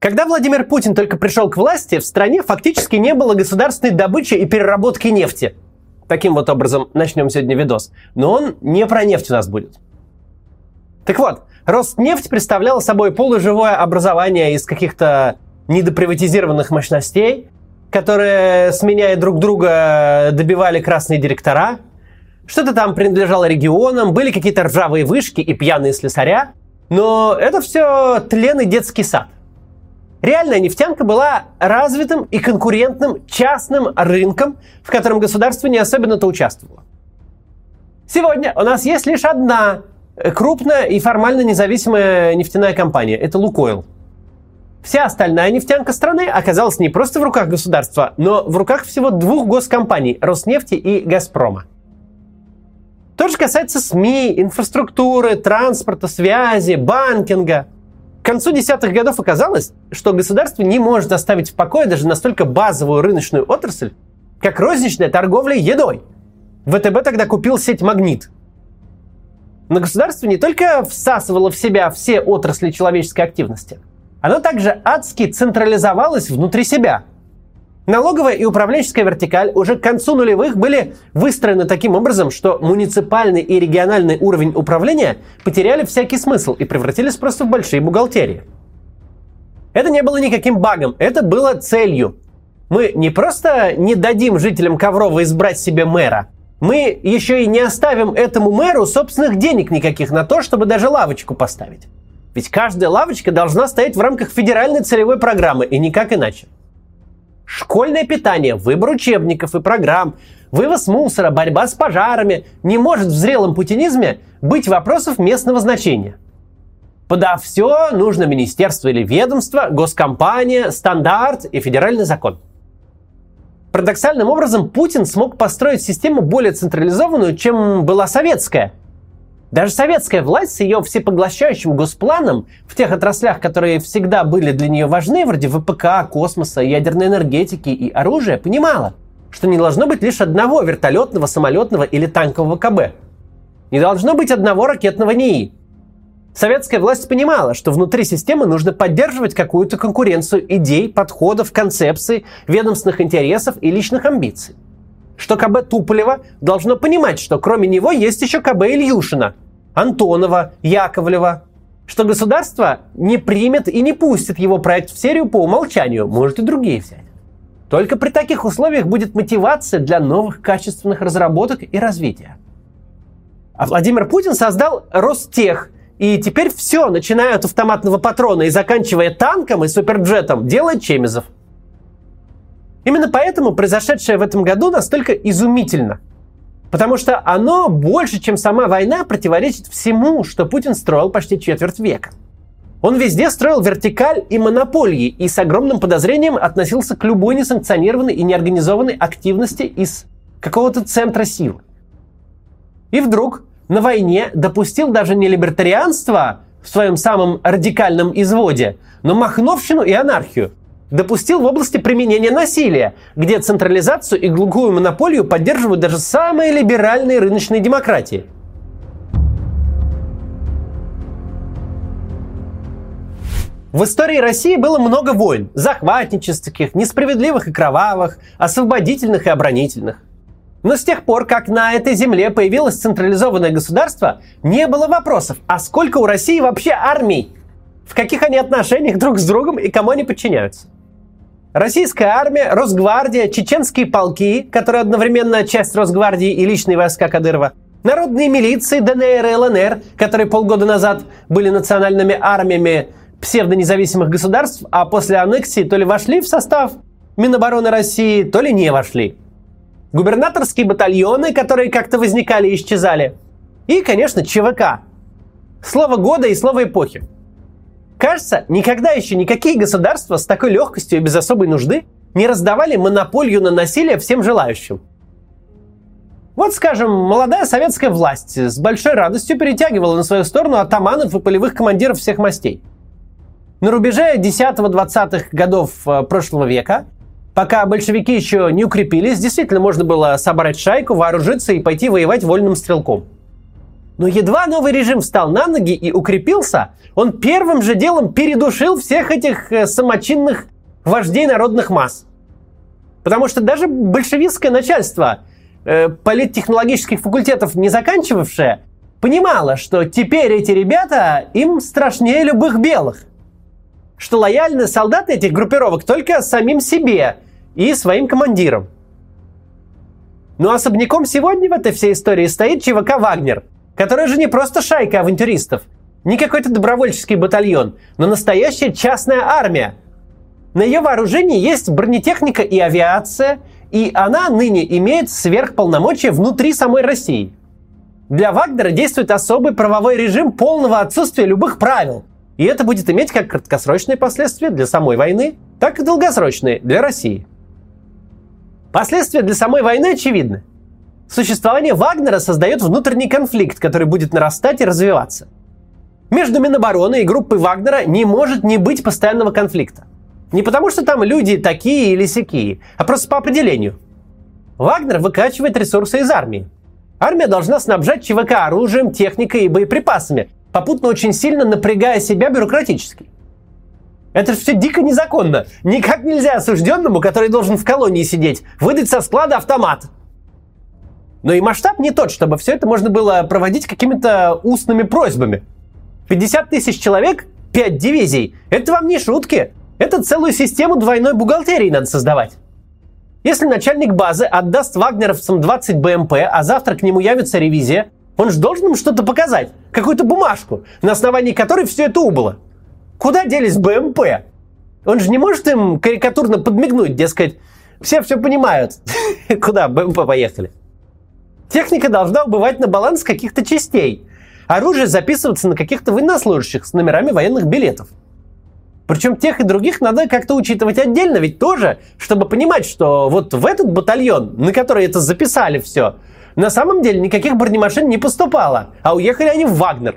Когда Владимир Путин только пришел к власти, в стране фактически не было государственной добычи и переработки нефти. Таким вот образом начнем сегодня видос. Но он не про нефть у нас будет. Так вот, Роснефть представляла собой полуживое образование из каких-то недоприватизированных мощностей, которые, сменяя друг друга, добивали красные директора. Что-то там принадлежало регионам, были какие-то ржавые вышки и пьяные слесаря. Но это все тлен и детский сад. Реальная нефтянка была развитым и конкурентным частным рынком, в котором государство не особенно-то участвовало. Сегодня у нас есть лишь одна крупная и формально независимая нефтяная компания – это «Лукойл». Вся остальная нефтянка страны оказалась не просто в руках государства, но в руках всего двух госкомпаний – «Роснефти» и «Газпрома». То же касается СМИ, инфраструктуры, транспорта, связи, банкинга. К концу десятых годов оказалось, что государство не может оставить в покое даже настолько базовую рыночную отрасль, как розничная торговля едой. ВТБ тогда купил сеть «Магнит». Но государство не только всасывало в себя все отрасли человеческой активности, оно также адски централизовалось внутри себя. Налоговая и управленческая вертикаль уже к концу нулевых были выстроены таким образом, что муниципальный и региональный уровень управления потеряли всякий смысл и превратились просто в большие бухгалтерии. Это не было никаким багом, это было целью. Мы не просто не дадим жителям Коврова избрать себе мэра, мы еще и не оставим этому мэру собственных денег никаких на то, чтобы даже лавочку поставить. Ведь каждая лавочка должна стоять в рамках федеральной целевой программы, и никак иначе. Школьное питание, выбор учебников и программ, вывоз мусора, борьба с пожарами не может в зрелом путинизме быть вопросов местного значения. Подо все нужно министерство или ведомство, госкомпания, стандарт и федеральный закон. Парадоксальным образом Путин смог построить систему более централизованную, чем была советская. Даже советская власть с ее всепоглощающим госпланом в тех отраслях, которые всегда были для нее важны, вроде ВПК, космоса, ядерной энергетики и оружия, понимала, что не должно быть лишь одного вертолетного, самолетного или танкового КБ. Не должно быть одного ракетного НИИ. Советская власть понимала, что внутри системы нужно поддерживать какую-то конкуренцию идей, подходов, концепций, ведомственных интересов и личных амбиций. Что КБ Туполева должно понимать, что кроме него есть еще КБ Ильюшина, Антонова, Яковлева. Что государство не примет и не пустит его проект в серию по умолчанию, может и другие взять. Только при таких условиях будет мотивация для новых качественных разработок и развития. А Владимир Путин создал Ростех, и теперь все, начиная от автоматного патрона и заканчивая танком и суперджетом, делает Чемизов. Именно поэтому произошедшее в этом году настолько изумительно. Потому что оно больше, чем сама война, противоречит всему, что Путин строил почти четверть века. Он везде строил вертикаль и монополии и с огромным подозрением относился к любой несанкционированной и неорганизованной активности из какого-то центра силы. И вдруг на войне допустил даже не либертарианство в своем самом радикальном изводе, но махновщину и анархию. Допустил в области применения насилия, где централизацию и глухую монополию поддерживают даже самые либеральные рыночные демократии. В истории России было много войн – захватнических, несправедливых и кровавых, освободительных и оборонительных. Но с тех пор, как на этой земле появилось централизованное государство, не было вопросов, а сколько у России вообще армий, в каких они отношениях друг с другом и кому они подчиняются. Российская армия, Росгвардия, чеченские полки, которые одновременно часть Росгвардии и личные войска Кадырова, народные милиции ДНР и ЛНР, которые полгода назад были национальными армиями псевдонезависимых государств, а после аннексии то ли вошли в состав Минобороны России, то ли не вошли. Губернаторские батальоны, которые как-то возникали и исчезали. И, конечно, ЧВК. Слово года и слово эпохи. Кажется, никогда еще никакие государства с такой легкостью и без особой нужды не раздавали монополию на насилие всем желающим. Вот, скажем, молодая советская власть с большой радостью перетягивала на свою сторону атаманов и полевых командиров всех мастей. На рубеже 10-20-х годов прошлого века, пока большевики еще не укрепились, действительно можно было собрать шайку, вооружиться и пойти воевать вольным стрелком. Но едва новый режим встал на ноги и укрепился, он первым же делом передушил всех этих самочинных вождей народных масс. Потому что даже большевистское начальство, политтехнологических факультетов не заканчивавшее, понимало, что теперь эти ребята им страшнее любых белых. Что лояльны солдаты этих группировок только самим себе и своим командирам. Но особняком сегодня в этой всей истории стоит ЧВК «Вагнер», которая же не просто шайка авантюристов, не какой-то добровольческий батальон, но настоящая частная армия. На ее вооружении есть бронетехника и авиация, и она ныне имеет сверхполномочия внутри самой России. Для Вагнера действует особый правовой режим полного отсутствия любых правил. И это будет иметь как краткосрочные последствия для самой войны, так и долгосрочные для России. Последствия для самой войны очевидны. Существование Вагнера создает внутренний конфликт, который будет нарастать и развиваться. Между Минобороны и группой Вагнера не может не быть постоянного конфликта. Не потому, что там люди такие или сякие, а просто по определению. Вагнер выкачивает ресурсы из армии. Армия должна снабжать ЧВК оружием, техникой и боеприпасами, попутно очень сильно напрягая себя бюрократически. Это же все дико незаконно. Никак нельзя осужденному, который должен в колонии сидеть, выдать со склада автомат. Но и масштаб не тот, чтобы все это можно было проводить какими-то устными просьбами. 50 тысяч человек, 5 дивизий – это вам не шутки. Это целую систему двойной бухгалтерии надо создавать. Если начальник базы отдаст вагнеровцам 20 БМП, а завтра к нему явится ревизия, он же должен им что-то показать, какую-то бумажку, на основании которой все это убыло. Куда делись БМП? Он же не может им карикатурно подмигнуть, дескать, все понимают, куда БМП поехали. Техника должна убывать на баланс каких-то частей. Оружие записываться на каких-то военнослужащих с номерами военных билетов. Причем тех и других надо как-то учитывать отдельно, ведь тоже, чтобы понимать, что вот в этот батальон, на который это записали все, на самом деле никаких бронемашин не поступало, а уехали они в Вагнер.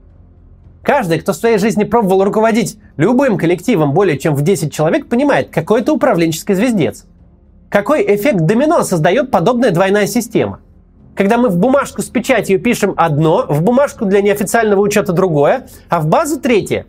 Каждый, кто в своей жизни пробовал руководить любым коллективом более чем в 10 человек, понимает, какой это управленческий звездец. Какой эффект домино создает подобная двойная система. Когда мы в бумажку с печатью пишем одно, в бумажку для неофициального учета другое, а в базу третье.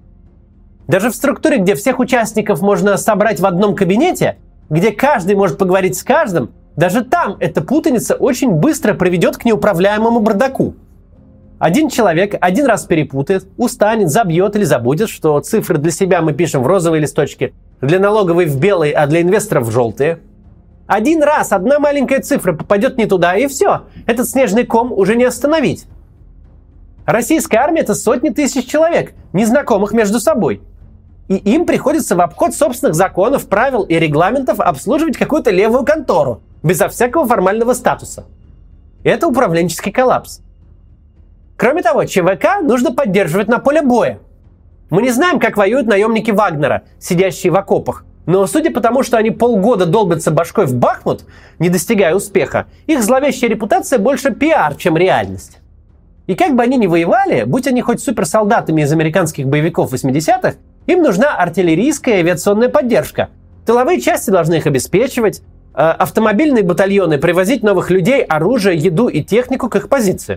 Даже в структуре, где всех участников можно собрать в одном кабинете, где каждый может поговорить с каждым, даже там эта путаница очень быстро приведет к неуправляемому бардаку. Один человек один раз перепутает, устанет, забьет или забудет, что цифры для себя мы пишем в розовые листочки, для налоговой в белые, а для инвесторов в желтые. Один раз одна маленькая цифра попадет не туда, и все. Этот снежный ком уже не остановить. Российская армия – это сотни тысяч человек, незнакомых между собой. И им приходится в обход собственных законов, правил и регламентов обслуживать какую-то левую контору, безо всякого формального статуса. Это управленческий коллапс. Кроме того, ЧВК нужно поддерживать на поле боя. Мы не знаем, как воюют наемники Вагнера, сидящие в окопах, но судя по тому, что они полгода долбятся башкой в Бахмут, не достигая успеха, их зловещая репутация больше пиар, чем реальность. И как бы они ни воевали, будь они хоть суперсолдатами из американских боевиков 80-х, им нужна артиллерийская и авиационная поддержка. Тыловые части должны их обеспечивать, автомобильные батальоны привозить новых людей, оружие, еду и технику к их позиции.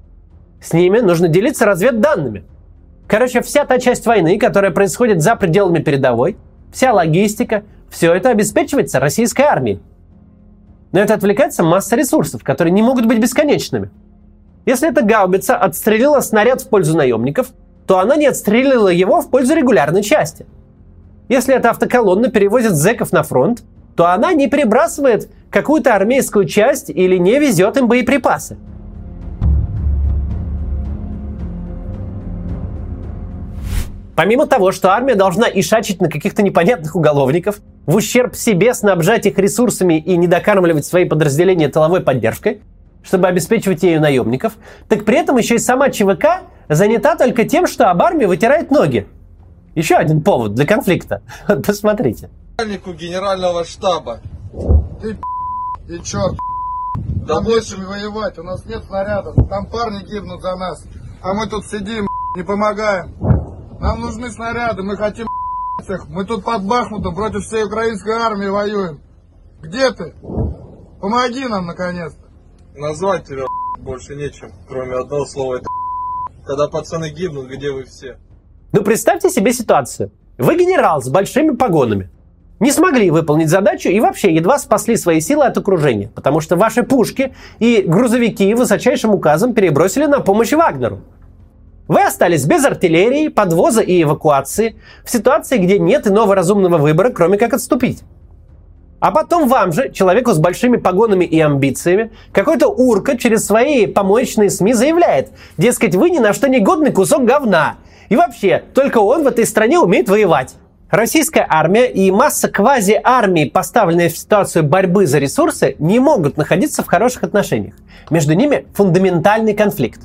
С ними нужно делиться разведданными. Короче, вся та часть войны, которая происходит за пределами передовой, вся логистика, все это обеспечивается российской армией. Но это отвлекается масса ресурсов, которые не могут быть бесконечными. Если эта гаубица отстрелила снаряд в пользу наемников, то она не отстрелила его в пользу регулярной части. Если эта автоколонна перевозит зэков на фронт, то она не перебрасывает какую-то армейскую часть или не везет им боеприпасы. Помимо того, что армия должна ишачить на каких-то непонятных уголовников, в ущерб себе снабжать их ресурсами и недокармливать свои подразделения тыловой поддержкой, чтобы обеспечивать ею наемников, так при этом еще и сама ЧВК занята только тем, что об армии вытирает ноги. Еще один повод для конфликта. Вот посмотрите. Начальнику генерального штаба. Ты черт. Да больше воевать, у нас нет снарядов. Там парни гибнут за нас. А мы тут сидим, не помогаем. Нам нужны снаряды, мы хотим их. Мы тут под Бахмутом против всей украинской армии воюем. Где ты? Помоги нам, наконец-то. Назвать тебя больше нечем, кроме одного слова. Это когда пацаны гибнут, где вы все? Ну, представьте себе ситуацию. Вы генерал с большими погонами. Не смогли выполнить задачу и вообще едва спасли свои силы от окружения, потому что ваши пушки и грузовики высочайшим указом перебросили на помощь Вагнеру. Вы остались без артиллерии, подвоза и эвакуации, в ситуации, где нет иного разумного выбора, кроме как отступить. А потом вам же, человеку с большими погонами и амбициями, какой-то урка через свои помоечные СМИ заявляет, дескать, вы ни на что не годный кусок говна. И вообще, только он в этой стране умеет воевать. Российская армия и масса квази-армий, поставленные в ситуацию борьбы за ресурсы, не могут находиться в хороших отношениях. Между ними фундаментальный конфликт.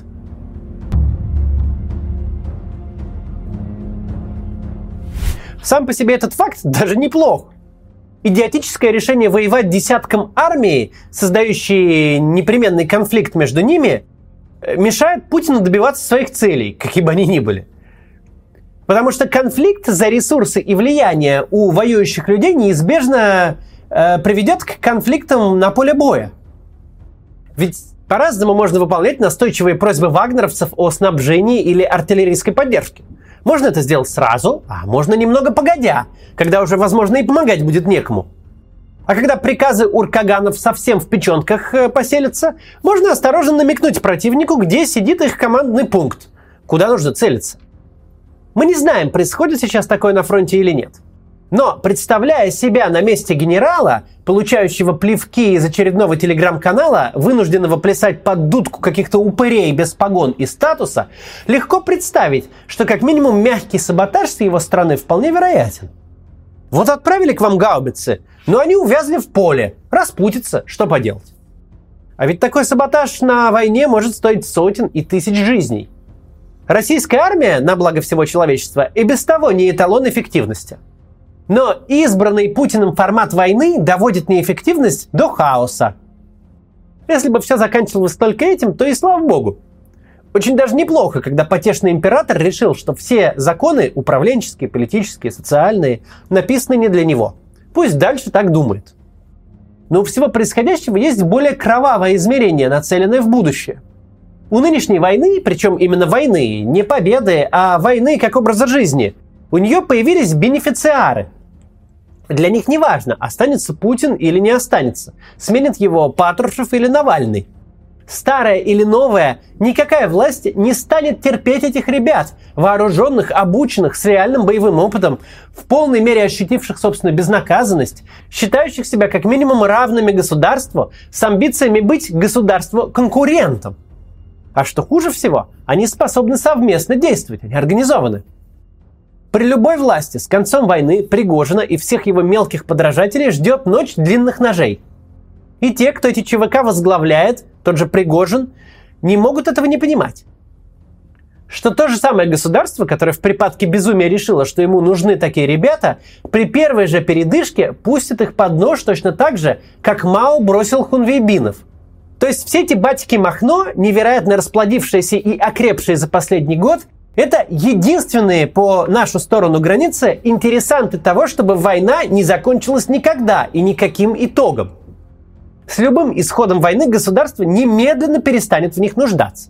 Сам по себе этот факт даже неплох. Идиотическое решение воевать десятком армий, создающие непременный конфликт между ними, мешает Путину добиваться своих целей, какие бы они ни были. Потому что конфликт за ресурсы и влияние у воюющих людей неизбежно приведет к конфликтам на поле боя. Ведь по-разному можно выполнять настойчивые просьбы вагнеровцев о снабжении или артиллерийской поддержке. Можно это сделать сразу, а можно немного погодя, когда уже, возможно, и помогать будет некому. А когда приказы уркаганов совсем в печенках поселятся, можно осторожно намекнуть противнику, где сидит их командный пункт, куда нужно целиться. Мы не знаем, происходит сейчас такое на фронте или нет. Но, представляя себя на месте генерала, получающего плевки из очередного телеграм-канала, вынужденного плясать под дудку каких-то упырей без погон и статуса, легко представить, что как минимум мягкий саботаж с его стороны вполне вероятен. Вот отправили к вам гаубицы, но они увязли в поле. Распутиться, что поделать. А ведь такой саботаж на войне может стоить сотен и тысяч жизней. Российская армия, на благо всего человечества, и без того не эталон эффективности. Но избранный Путиным формат войны доводит неэффективность до хаоса. Если бы все заканчивалось только этим, то и слава богу. Очень даже неплохо, когда потешный император решил, что все законы, управленческие, политические, социальные, написаны не для него. Пусть дальше так думает. Но у всего происходящего есть более кровавое измерение, нацеленное в будущее. У нынешней войны, причем именно войны, не победы, а войны как образа жизни, у нее появились бенефициары. Для них не важно, останется Путин или не останется, сменит его Патрушев или Навальный. Старая или новая, никакая власть не станет терпеть этих ребят, вооруженных, обученных, с реальным боевым опытом, в полной мере ощутивших собственную безнаказанность, считающих себя как минимум равными государству, с амбициями быть государству-конкурентом. А что хуже всего, они способны совместно действовать, они организованы. При любой власти с концом войны Пригожина и всех его мелких подражателей ждет ночь длинных ножей. И те, кто эти ЧВК возглавляет, тот же Пригожин, не могут этого не понимать. Что то же самое государство, которое в припадке безумия решило, что ему нужны такие ребята, при первой же передышке пустит их под нож точно так же, как Мао бросил хунвейбинов. То есть все эти батики Махно, невероятно расплодившиеся и окрепшие за последний год, это единственные по нашу сторону границы интересанты того, чтобы война не закончилась никогда и никаким итогом. С любым исходом войны государство немедленно перестанет в них нуждаться.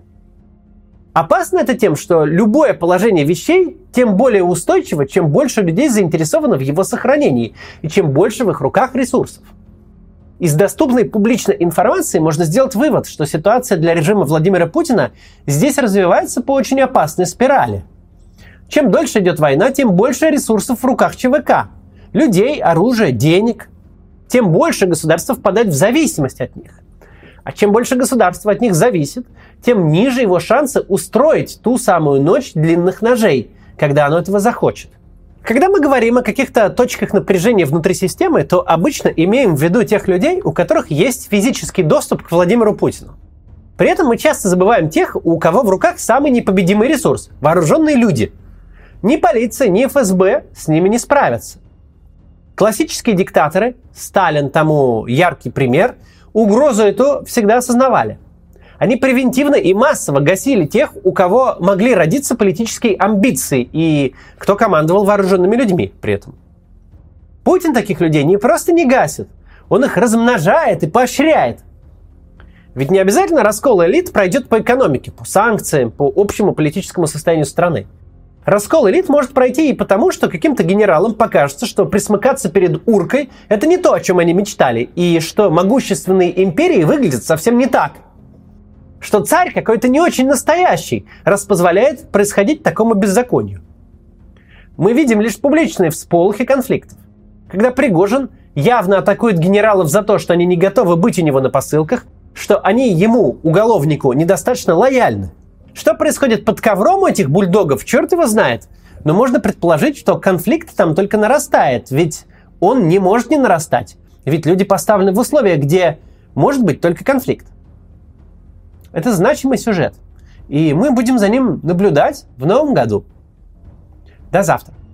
Опасно это тем, что любое положение вещей тем более устойчиво, чем больше людей заинтересовано в его сохранении и чем больше в их руках ресурсов. Из доступной публичной информации можно сделать вывод, что ситуация для режима Владимира Путина здесь развивается по очень опасной спирали. Чем дольше идет война, тем больше ресурсов в руках ЧВК. Людей, оружия, денег. Тем больше государство впадает в зависимость от них. А чем больше государство от них зависит, тем ниже его шансы устроить ту самую ночь длинных ножей, когда оно этого захочет. Когда мы говорим о каких-то точках напряжения внутри системы, то обычно имеем в виду тех людей, у которых есть физический доступ к Владимиру Путину. При этом мы часто забываем тех, у кого в руках самый непобедимый ресурс – вооруженные люди. Ни полиция, ни ФСБ с ними не справятся. Классические диктаторы, Сталин тому яркий пример, угрозу эту всегда осознавали. Они превентивно и массово гасили тех, у кого могли родиться политические амбиции и кто командовал вооруженными людьми при этом. Путин таких людей не просто не гасит, он их размножает и поощряет. Ведь не обязательно раскол элит пройдет по экономике, по санкциям, по общему политическому состоянию страны. Раскол элит может пройти и потому, что каким-то генералам покажется, что присмыкаться перед уркой – это не то, о чем они мечтали, и что могущественные империи выглядят совсем не так. Что царь какой-то не очень настоящий, раз позволяет происходить такому беззаконию. Мы видим лишь публичные всполохи конфликтов. Когда Пригожин явно атакует генералов за то, что они не готовы быть у него на посылках, что они ему, уголовнику, недостаточно лояльны. Что происходит под ковром у этих бульдогов, черт его знает. Но можно предположить, что конфликт там только нарастает, ведь он не может не нарастать. Ведь люди поставлены в условия, где может быть только конфликт. Это значимый сюжет. И мы будем за ним наблюдать в новом году. До завтра.